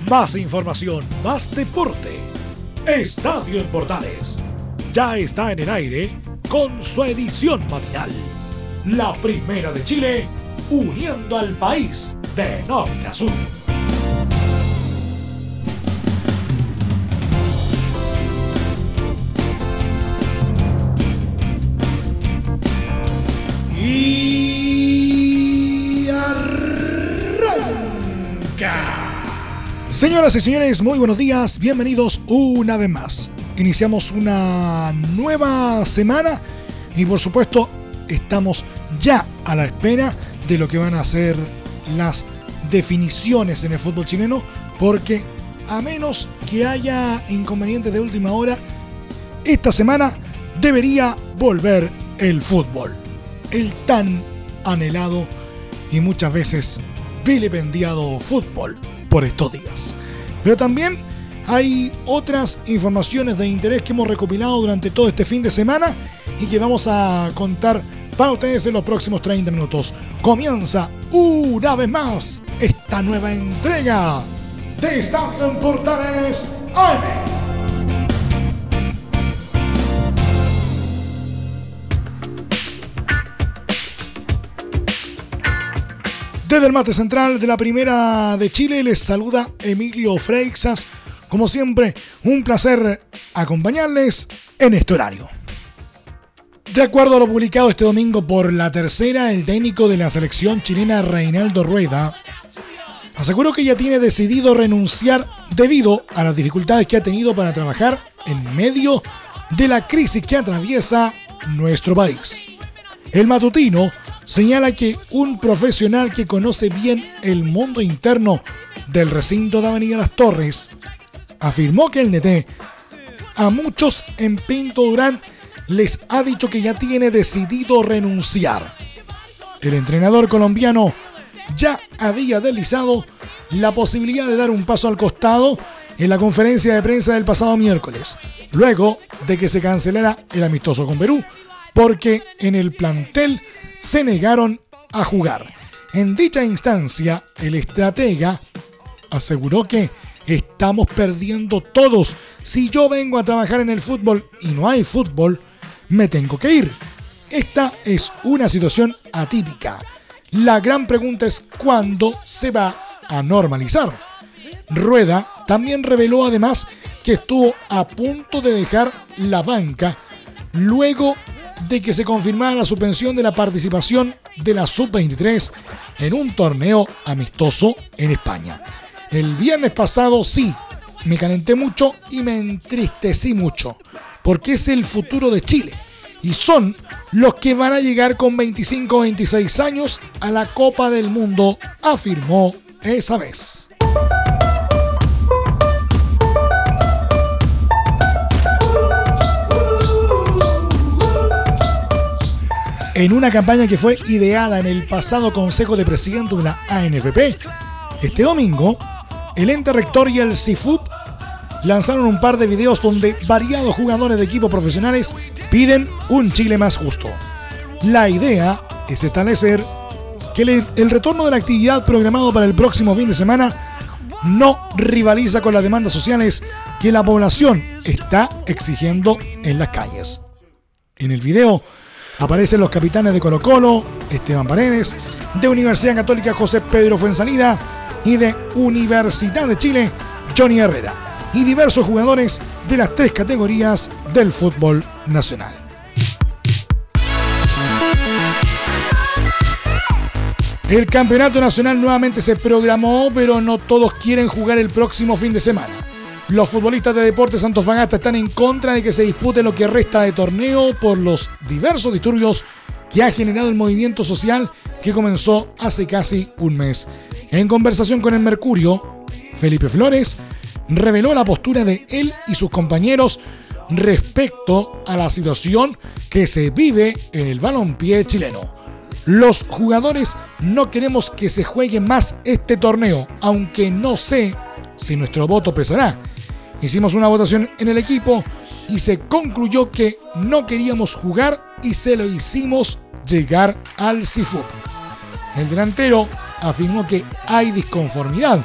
Más información, más deporte. Estadio en Portales ya está en el aire con su edición matinal. La primera de Chile, uniendo al país de norte a sur. Y arranca. Señoras y señores, muy buenos días, bienvenidos una vez más. Iniciamos una nueva semana y por supuesto estamos ya a la espera de lo que van a ser las definiciones en el fútbol chileno, porque a menos que haya inconvenientes de última hora, esta semana debería volver el fútbol, el tan anhelado y muchas veces vilipendiado fútbol por estos días. Pero también hay otras informaciones de interés que hemos recopilado durante todo este fin de semana y que vamos a contar para ustedes en los próximos 30 minutos. Comienza una vez más esta nueva entrega de Estadio en Portales AM. Desde el mate central de la Primera de Chile les saluda Emilio Freixas. Como siempre, un placer acompañarles en este horario. De acuerdo a lo publicado este domingo por La Tercera, el técnico de la selección chilena Reinaldo Rueda aseguró que ya tiene decidido renunciar debido a las dificultades que ha tenido para trabajar en medio de la crisis que atraviesa nuestro país. El matutino señala que un profesional que conoce bien el mundo interno del recinto de Avenida Las Torres afirmó que el DT a muchos en Pinto Durán les ha dicho que ya tiene decidido renunciar. El entrenador colombiano ya había deslizado la posibilidad de dar un paso al costado en la conferencia de prensa del pasado miércoles, luego de que se cancelara el amistoso con Perú, porque en el plantel se negaron a jugar. En dicha instancia, el estratega aseguró que estamos perdiendo todos. Si yo vengo a trabajar en el fútbol y no hay fútbol, me tengo que ir. Esta es una situación atípica. La gran pregunta es ¿cuándo se va a normalizar? Rueda también reveló además que estuvo a punto de dejar la banca luego de que se confirmara la suspensión de la participación de la Sub-23 en un torneo amistoso en España. El viernes pasado sí, me calenté mucho y me entristecí mucho, porque es el futuro de Chile y son los que van a llegar con 25 o 26 años a la Copa del Mundo, afirmó esa vez. En una campaña que fue ideada en el pasado Consejo de Presidentes de la ANFP, este domingo, el ente rector y el CIFUP lanzaron un par de videos donde variados jugadores de equipos profesionales piden un Chile más justo. La idea es establecer que el retorno de la actividad programado para el próximo fin de semana no rivaliza con las demandas sociales que la población está exigiendo en las calles. En el video aparecen los capitanes de Colo-Colo, Esteban Paredes, de Universidad Católica José Pedro Fuenzalida y de Universidad de Chile, Johnny Herrera, y diversos jugadores de las tres categorías del fútbol nacional. El campeonato nacional nuevamente se programó, pero no todos quieren jugar el próximo fin de semana. Los futbolistas de Deportes Antofagasta están en contra de que se dispute lo que resta de torneo por los diversos disturbios que ha generado el movimiento social que comenzó hace casi un mes. En conversación con el Mercurio, Felipe Flores reveló la postura de él y sus compañeros respecto a la situación que se vive en el balompié chileno. Los jugadores no queremos que se juegue más este torneo, aunque no sé si nuestro voto pesará. Hicimos una votación en el equipo y se concluyó que no queríamos jugar y se lo hicimos llegar al CIFUP. El delantero afirmó que hay disconformidad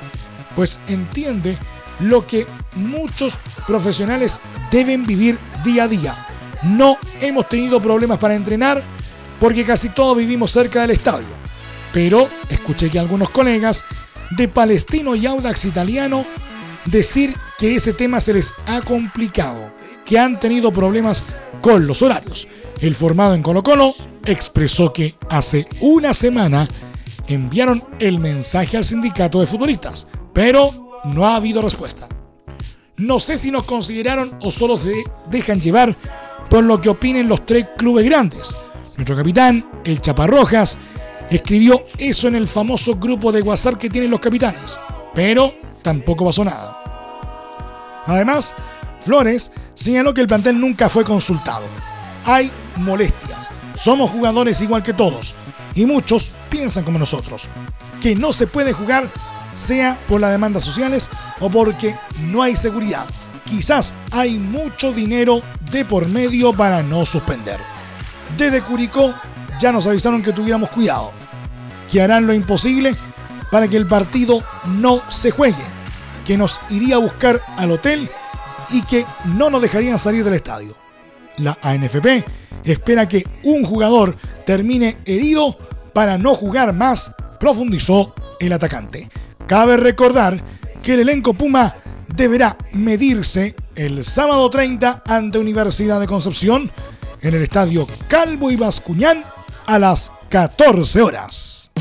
pues entiende lo que muchos profesionales deben vivir día a día. No hemos tenido problemas para entrenar porque casi todos vivimos cerca del estadio. Pero escuché que algunos colegas de Palestino y Audax Italiano decir que ese tema se les ha complicado, que han tenido problemas con los horarios. El formado en Colo-Colo expresó que hace una semana enviaron el mensaje al sindicato de futbolistas, pero no ha habido respuesta. No sé si nos consideraron o solo se dejan llevar por lo que opinen los 3 clubes grandes. Nuestro capitán, el Chaparrojas, escribió eso en el famoso grupo de WhatsApp que tienen los capitanes, pero tampoco pasó nada. Además, Flores señaló que el plantel nunca fue consultado. Hay molestias. Somos jugadores igual que todos y muchos piensan como nosotros. Que no se puede jugar sea por las demandas sociales o porque no hay seguridad. Quizás hay mucho dinero de por medio para no suspender. Desde Curicó ya nos avisaron que tuviéramos cuidado, que harán lo imposible para que el partido no se juegue, que nos iría a buscar al hotel y que no nos dejarían salir del estadio. La ANFP espera que un jugador termine herido para no jugar más, profundizó el atacante. Cabe recordar que el elenco Puma deberá medirse el sábado 30 ante Universidad de Concepción en el estadio Calvo y Bascuñán a las 14 horas.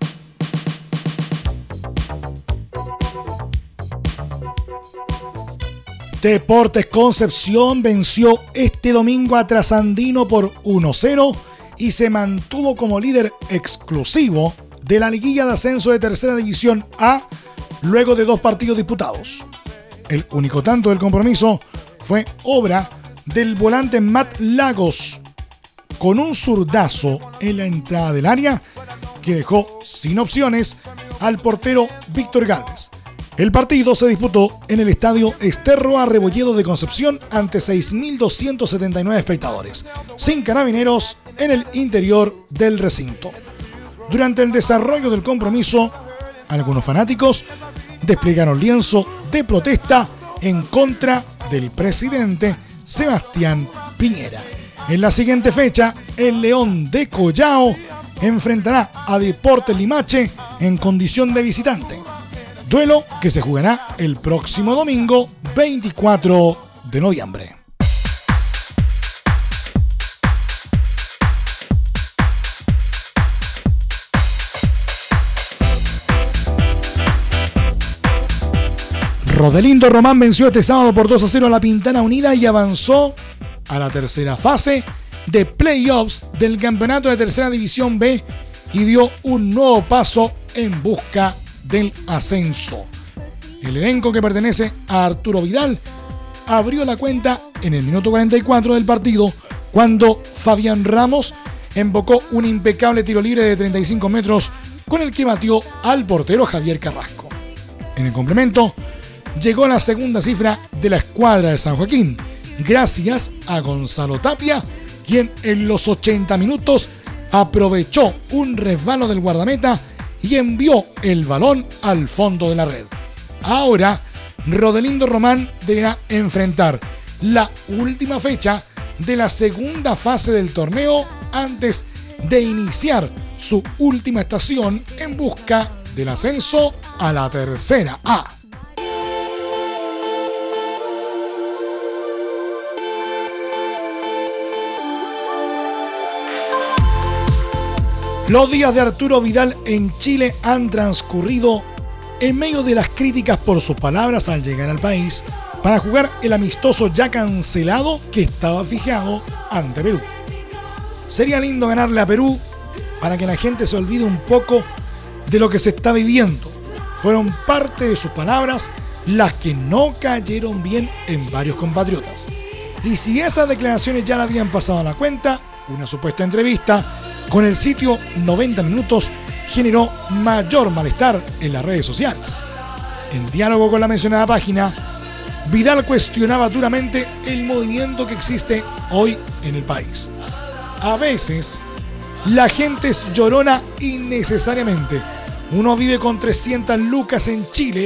Deportes Concepción venció este domingo a Trasandino por 1-0 y se mantuvo como líder exclusivo de la liguilla de ascenso de Tercera División A luego de 2 partidos disputados. El único tanto del compromiso fue obra del volante Matt Lagos, con un zurdazo en la entrada del área que dejó sin opciones al portero Víctor Gálvez. El partido se disputó en el estadio Esterro Arrebolledo de Concepción ante 6.279 espectadores, sin carabineros en el interior del recinto. Durante el desarrollo del compromiso, algunos fanáticos desplegaron lienzo de protesta en contra del presidente Sebastián Piñera. En la siguiente fecha, el León de Collao enfrentará a Deportes Limache en condición de visitante. Duelo que se jugará el próximo domingo 24 de noviembre. Rodelindo Román venció este sábado por 2-0 a la Pintana Unida y avanzó a la tercera fase de playoffs del campeonato de Tercera División B y dio un nuevo paso en busca del ascenso. El elenco, que pertenece a Arturo Vidal, abrió la cuenta en el minuto 44 del partido cuando Fabián Ramos embocó un impecable tiro libre de 35 metros con el que batió al portero Javier Carrasco. En el complemento llegó la segunda cifra de la escuadra de San Joaquín, gracias a Gonzalo Tapia, quien en los 80 minutos aprovechó un resbalo del guardameta y envió el balón al fondo de la red. Ahora, Rodelindo Román deberá enfrentar la última fecha de la segunda fase del torneo antes de iniciar su última estación en busca del ascenso a la Tercera A. Los días de Arturo Vidal en Chile han transcurrido en medio de las críticas por sus palabras al llegar al país para jugar el amistoso ya cancelado que estaba fijado ante Perú. Sería lindo ganarle a Perú para que la gente se olvide un poco de lo que se está viviendo. Fueron parte de sus palabras las que no cayeron bien en varios compatriotas. Y si esas declaraciones ya le habían pasado a la cuenta, una supuesta entrevista con el sitio 90 Minutos generó mayor malestar en las redes sociales. En diálogo con la mencionada página, Vidal cuestionaba duramente el movimiento que existe hoy en el país. A veces, la gente es llorona innecesariamente. Uno vive con 300 lucas en Chile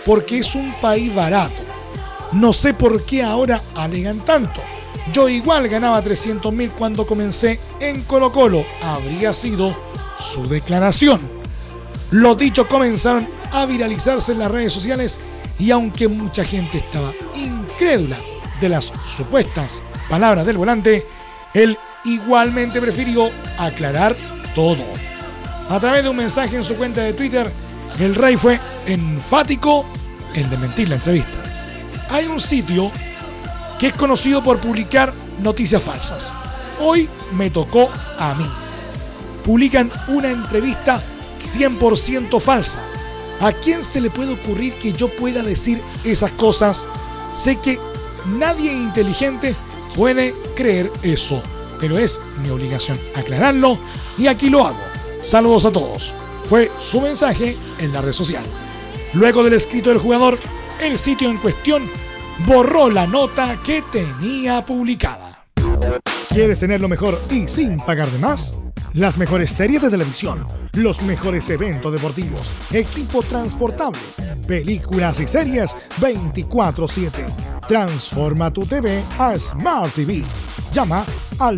porque es un país barato. No sé por qué ahora alegan tanto. Yo igual ganaba 300.000 cuando comencé en Colo-Colo. Habría sido su declaración. Los dichos comenzaron a viralizarse en las redes sociales y aunque mucha gente estaba incrédula de las supuestas palabras del volante, él igualmente prefirió aclarar todo. A través de un mensaje en su cuenta de Twitter, el Rey fue enfático en desmentir la entrevista. Hay un sitio que es conocido por publicar noticias falsas. Hoy me tocó a mí. Publican una entrevista 100% falsa. ¿A quién se le puede ocurrir que yo pueda decir esas cosas? Sé que nadie inteligente puede creer eso, pero es mi obligación aclararlo y aquí lo hago. Saludos a todos. Fue su mensaje en la red social. Luego del escrito del jugador, el sitio en cuestión borró la nota que tenía publicada. ¿Quieres tener lo mejor y sin pagar de más? Las mejores series de televisión, los mejores eventos deportivos, equipo transportable, películas y series 24/7. Transforma tu TV a Smart TV. Llama al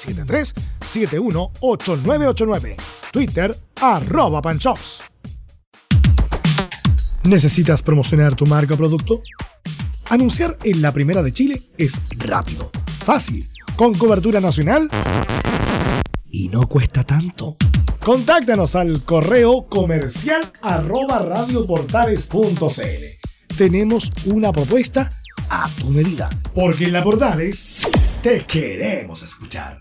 973-718989. Twitter @Panchops. ¿Necesitas promocionar tu marca o producto? Anunciar en la Primera de Chile es rápido, fácil, con cobertura nacional y no cuesta tanto. Contáctanos al correo comercial @radioportales.cl. Tenemos una propuesta a tu medida, porque en la Portales te queremos escuchar.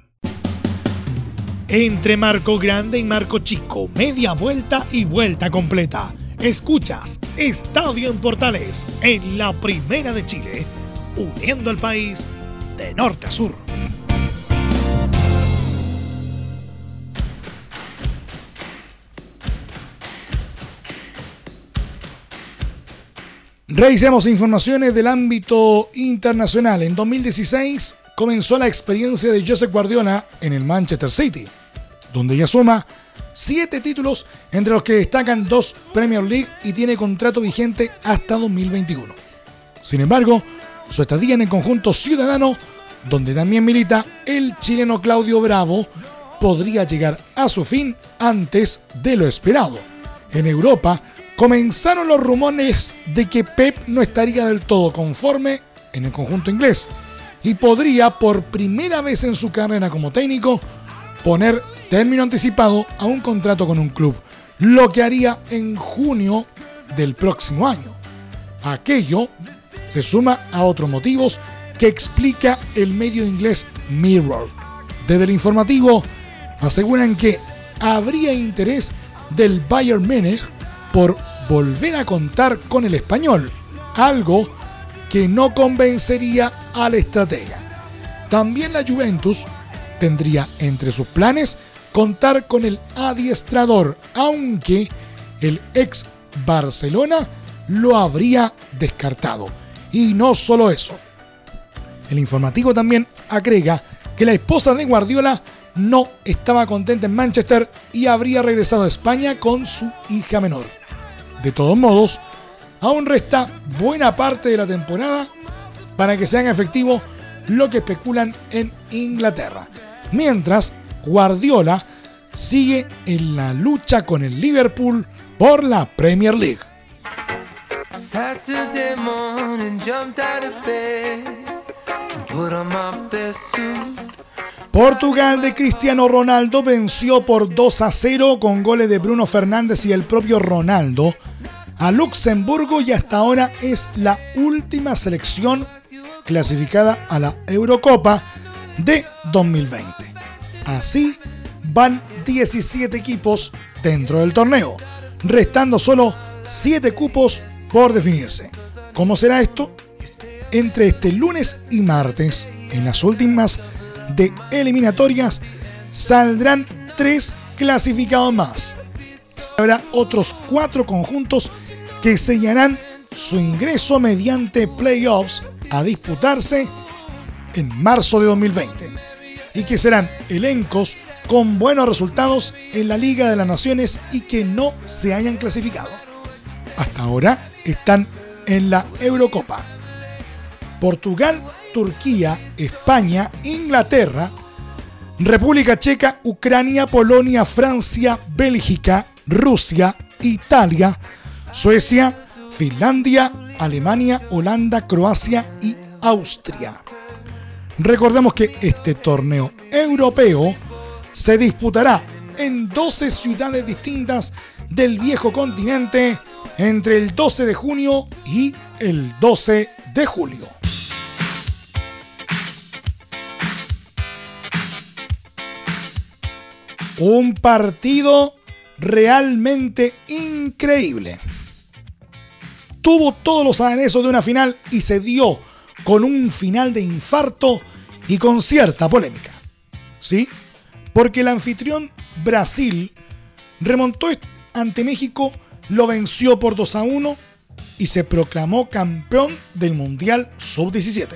Entre Marco Grande y Marco Chico, media vuelta y vuelta completa. Escuchas Estadio en Portales en la Primera de Chile, uniendo al país de norte a sur. Revisemos informaciones del ámbito internacional. En 2016 comenzó la experiencia de Josep Guardiola en el Manchester City, donde ya suma 7 títulos, entre los que destacan 2 Premier League y tiene contrato vigente hasta 2021. Sin embargo, su estadía en el conjunto ciudadano, donde también milita el chileno Claudio Bravo, podría llegar a su fin antes de lo esperado. En Europa, comenzaron los rumores de que Pep no estaría del todo conforme en el conjunto inglés y podría, por primera vez en su carrera como técnico, poner término anticipado a un contrato con un club, lo que haría en junio del próximo año. Aquello se suma a otros motivos que explica el medio inglés Mirror. Desde el informativo aseguran que habría interés del Bayern Múnich por volver a contar con el español, algo que no convencería al estratega. También la Juventus tendría entre sus planes contar con el adiestrador, aunque el ex Barcelona lo habría descartado. Y no solo eso. El informativo también agrega que la esposa de Guardiola no estaba contenta en Manchester y habría regresado a España con su hija menor. De todos modos, aún resta buena parte de la temporada para que sean efectivos lo que especulan en Inglaterra. Mientras, Guardiola sigue en la lucha con el Liverpool por la Premier League. Portugal de Cristiano Ronaldo venció por 2-0 con goles de Bruno Fernández y el propio Ronaldo a Luxemburgo y hasta ahora es la última selección clasificada a la Eurocopa de 2020. Así van 17 equipos dentro del torneo, restando solo 7 cupos por definirse. ¿Cómo será esto? Entre este lunes y martes, en las últimas de eliminatorias, saldrán 3 clasificados más. Habrá otros 4 conjuntos que sellarán su ingreso mediante playoffs a disputarse en marzo de 2020 y que serán elencos con buenos resultados en la Liga de las Naciones y que no se hayan clasificado. Hasta ahora, están en la Eurocopa. Portugal, Turquía, España, Inglaterra, República Checa, Ucrania, Polonia, Francia, Bélgica, Rusia, Italia, Suecia, Finlandia, Alemania, Holanda, Croacia y Austria. Recordemos que este torneo europeo se disputará en 12 ciudades distintas del viejo continente entre el 12 de junio y el 12 de julio. Un partido realmente increíble. Tuvo todos los aderezos de una final y se dio con un final de infarto y con cierta polémica. ¿Sí? Porque el anfitrión Brasil remontó ante México, lo venció por 2-1 y se proclamó campeón del Mundial Sub-17.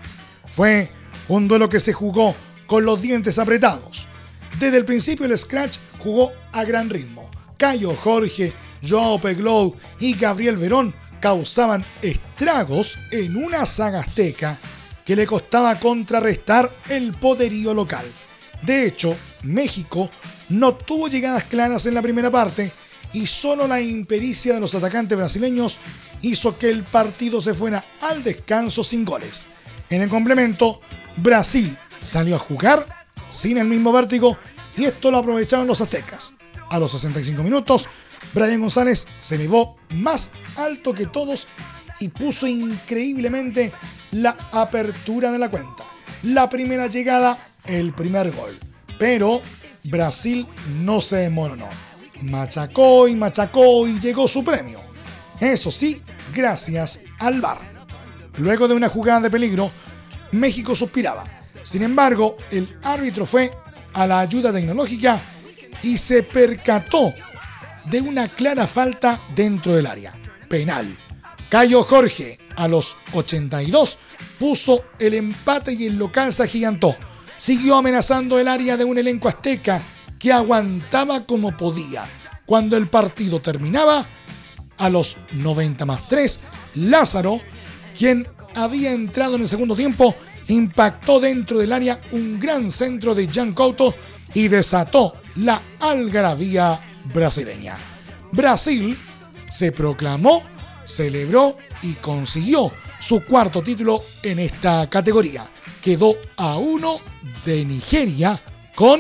Fue un duelo que se jugó con los dientes apretados. Desde el principio el Scratch jugó a gran ritmo. Caio Jorge, Joao Peglou y Gabriel Verón causaban estragos en una saga azteca que le costaba contrarrestar el poderío local. De hecho, México no tuvo llegadas claras en la primera parte y solo la impericia de los atacantes brasileños hizo que el partido se fuera al descanso sin goles. En el complemento, Brasil salió a jugar sin el mismo vértigo y esto lo aprovecharon los aztecas. A los 65 minutos, Brian González se elevó más alto que todos y puso increíblemente la apertura de la cuenta. La primera llegada, el primer gol. Pero Brasil no se desmoronó. Machacó y llegó su premio. Eso sí, gracias al VAR. Luego de una jugada de peligro, México suspiraba. Sin embargo, el árbitro fue a la ayuda tecnológica y se percató de una clara falta dentro del área. Penal. Caio Jorge, a los 82, puso el empate y el local se agigantó. Siguió amenazando el área de un elenco azteca que aguantaba como podía. Cuando el partido terminaba, a los 90+3, Lázaro, quien había entrado en el segundo tiempo, impactó dentro del área un gran centro de Jean Couto y desató la algarabía brasileña. Brasil se proclamó, celebró y consiguió su cuarto título en esta categoría. Quedó a 1 de Nigeria con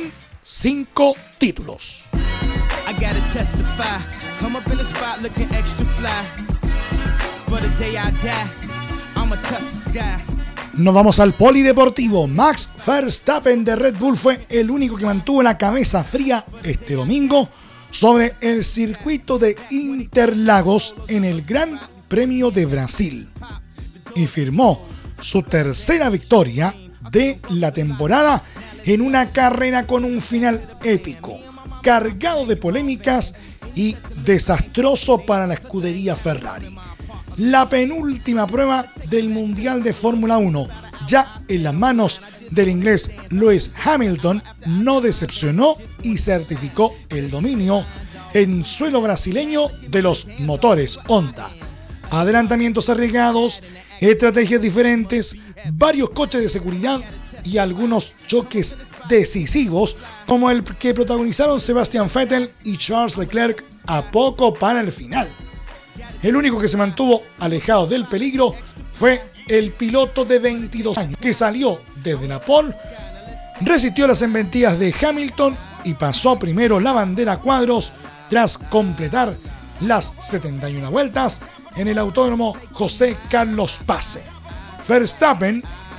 5 títulos. Nos vamos al polideportivo. Max Verstappen de Red Bull fue el único que mantuvo la cabeza fría este domingo sobre el circuito de Interlagos en el Gran Premio de Brasil y firmó su tercera victoria de la temporada en una carrera con un final épico, cargado de polémicas y desastroso para la escudería Ferrari. La penúltima prueba del Mundial de Fórmula 1, ya en las manos del inglés Lewis Hamilton, no decepcionó y certificó el dominio en suelo brasileño de los motores Honda. Adelantamientos arriesgados, estrategias diferentes, varios coches de seguridad y algunos choques decisivos como el que protagonizaron Sebastian Vettel y Charles Leclerc a poco para el final. El único que se mantuvo alejado del peligro fue el piloto de 22 años que salió desde la pole, resistió las embestidas de Hamilton y pasó primero la bandera a cuadros tras completar las 71 vueltas en el autódromo José Carlos Paz. Verstappen,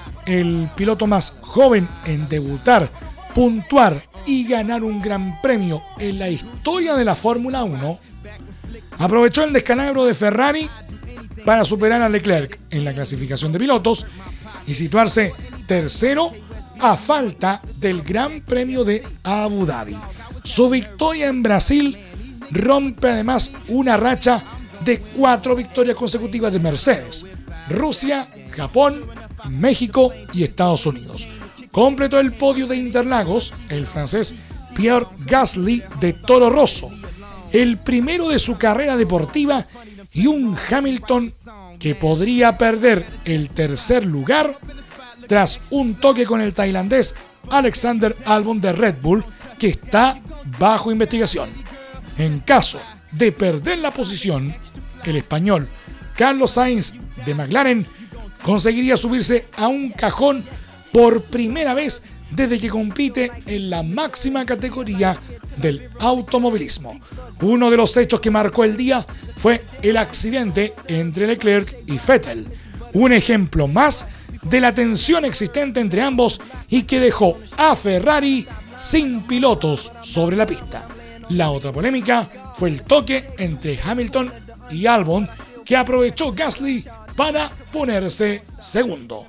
el piloto más joven en debutar, puntuar y ganar un gran premio en la historia de la Fórmula 1, aprovechó el descalabro de Ferrari para superar a Leclerc en la clasificación de pilotos y situarse tercero a falta del Gran Premio de Abu Dhabi. Su victoria en Brasil rompe además una racha de 4 victorias consecutivas de Mercedes, Rusia, Japón, México y Estados Unidos. Completó el podio de Interlagos el francés Pierre Gasly de Toro Rosso, el primero de su carrera deportiva y un Hamilton que podría perder el tercer lugar tras un toque con el tailandés Alexander Albon de Red Bull, que está bajo investigación. En caso de perder la posición, el español Carlos Sainz de McLaren conseguiría subirse a un cajón por primera vez desde que compite en la máxima categoría del automovilismo. Uno de los hechos que marcó el día fue el accidente entre Leclerc y Vettel, un ejemplo más de la tensión existente entre ambos y que dejó a Ferrari sin pilotos sobre la pista. La otra polémica fue el toque entre Hamilton y Albon, que aprovechó Gasly para ponerse segundo.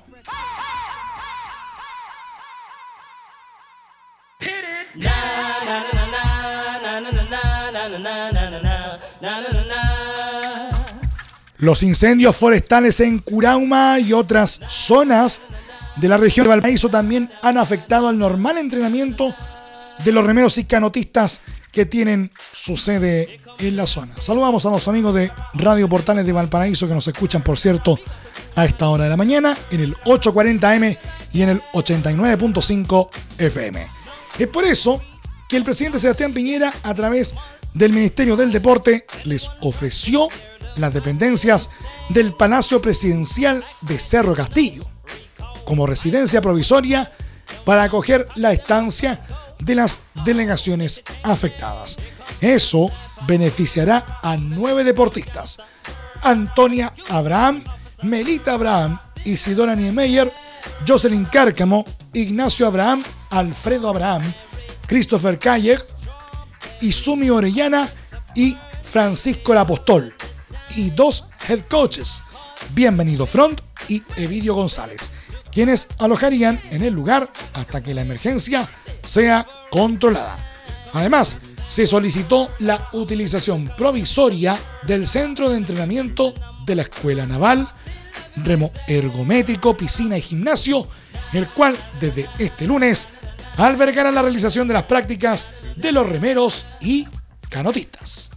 Los incendios forestales en Curauma y otras zonas de la región de Valparaíso también han afectado al normal entrenamiento de los remeros y canotistas que tienen su sede en la zona. Saludamos a los amigos de Radio Portales de Valparaíso que nos escuchan, por cierto, a esta hora de la mañana en el 840M y en el 89.5 FM. Es por eso que el presidente Sebastián Piñera, a través del Ministerio del Deporte, les ofreció las dependencias del Palacio Presidencial de Cerro Castillo como residencia provisoria para acoger la estancia de las delegaciones afectadas. Eso beneficiará a 9 deportistas: Antonia Abraham, Melita Abraham, Isidora Niemeyer, Jocelyn Cárcamo, Ignacio Abraham, Alfredo Abraham, Christopher Kayer, Izumi Orellana y Francisco Lapostol, y 2 head coaches, Bienvenido Front y Evidio González, quienes alojarían en el lugar hasta que la emergencia sea controlada. Además, se solicitó la utilización provisoria del centro de entrenamiento de la Escuela Naval, remo ergométrico, piscina y gimnasio, el cual desde este lunes albergará la realización de las prácticas de los remeros y canotistas.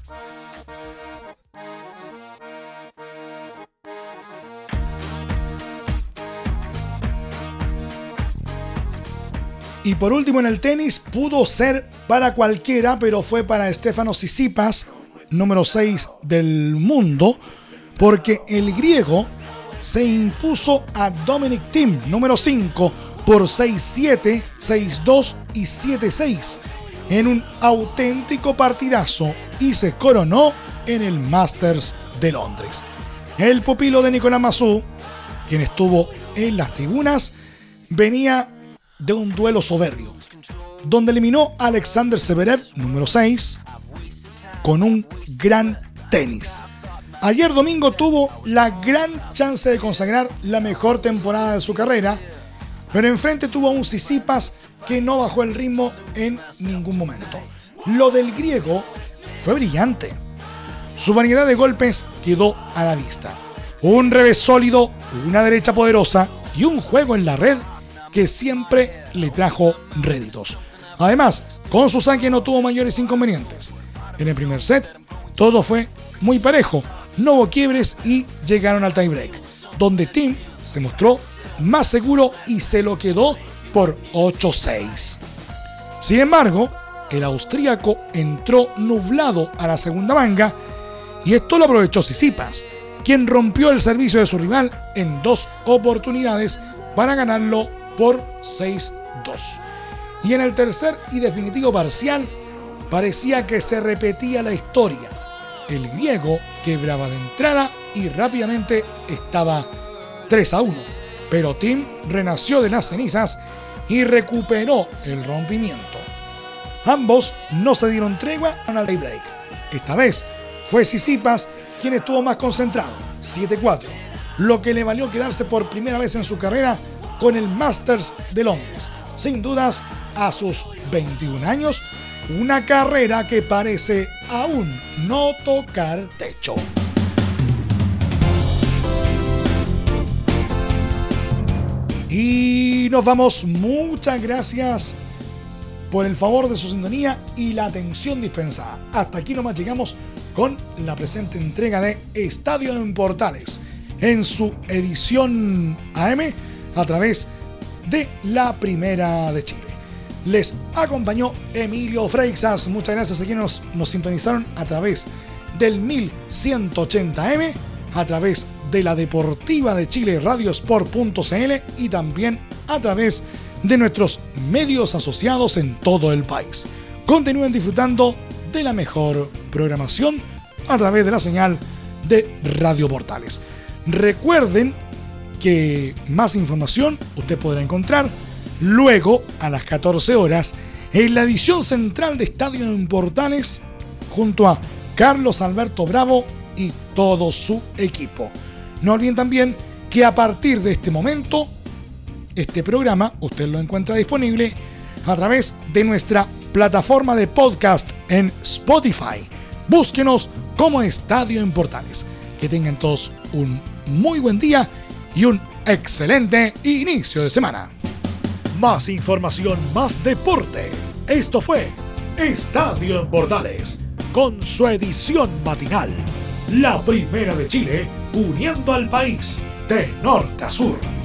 Y por último, en el tenis, pudo ser para cualquiera, pero fue para Stefanos Tsitsipas, número 6 del mundo, porque el griego se impuso a Dominic Thiem, número 5, por 6-7, 6-2 y 7-6, en un auténtico partidazo, y se coronó en el Masters de Londres. El pupilo de Nicolás Massú, quien estuvo en las tribunas, venía de un duelo soberbio, donde eliminó a Alexander Zverev, número 6, con un gran tenis. Ayer domingo tuvo la gran chance de consagrar la mejor temporada de su carrera, pero enfrente tuvo a un Tsitsipas que no bajó el ritmo en ningún momento. Lo del griego fue brillante. Su variedad de golpes quedó a la vista. Un revés sólido, una derecha poderosa y un juego en la red que siempre le trajo réditos. Además, con su saque no tuvo mayores inconvenientes. En el primer set, todo fue muy parejo, no hubo quiebres y llegaron al tiebreak, donde Thiem se mostró más seguro y se lo quedó por 8-6. Sin embargo, el austríaco entró nublado a la segunda manga y esto lo aprovechó Tsitsipas, quien rompió el servicio de su rival en 2 oportunidades para ganarlo por 6-2. Y en el tercer y definitivo parcial, parecía que se repetía la historia. El griego quebraba de entrada y rápidamente estaba 3-1. Pero Thiem renació de las cenizas y recuperó el rompimiento. Ambos no se dieron tregua al tiebreak. Esta vez fue Tsitsipas quien estuvo más concentrado, 7-4, lo que le valió quedarse por primera vez en su carrera con el Masters de Londres. Sin dudas, a sus 21 años, una carrera que parece aún no tocar techo. Y nos vamos. Muchas gracias por el favor de su sintonía y la atención dispensada. Hasta aquí nomás llegamos con la presente entrega de Estadio en Portales en su edición AM a través de la Primera de Chile. Les acompañó Emilio Freixas. Muchas gracias a quienes nos sintonizaron a través del 1180M, a través de la Deportiva de Chile, radiosport.cl y también a través de nuestros medios asociados en todo el país. Continúen disfrutando de la mejor programación a través de la señal de Radio Portales. Recuerden que más información usted podrá encontrar luego a las 14 horas en la edición central de Estadio en Portales junto a Carlos Alberto Bravo y todo su equipo. No olviden también que a partir de este momento este programa usted lo encuentra disponible a través de nuestra plataforma de podcast en Spotify. Búsquenos como Estadio en Portales. Que tengan todos un muy buen día y un excelente inicio de semana. Más información, más deporte. Esto fue Estadio en Portales, con su edición matinal. La Primera de Chile, uniendo al país de norte a sur.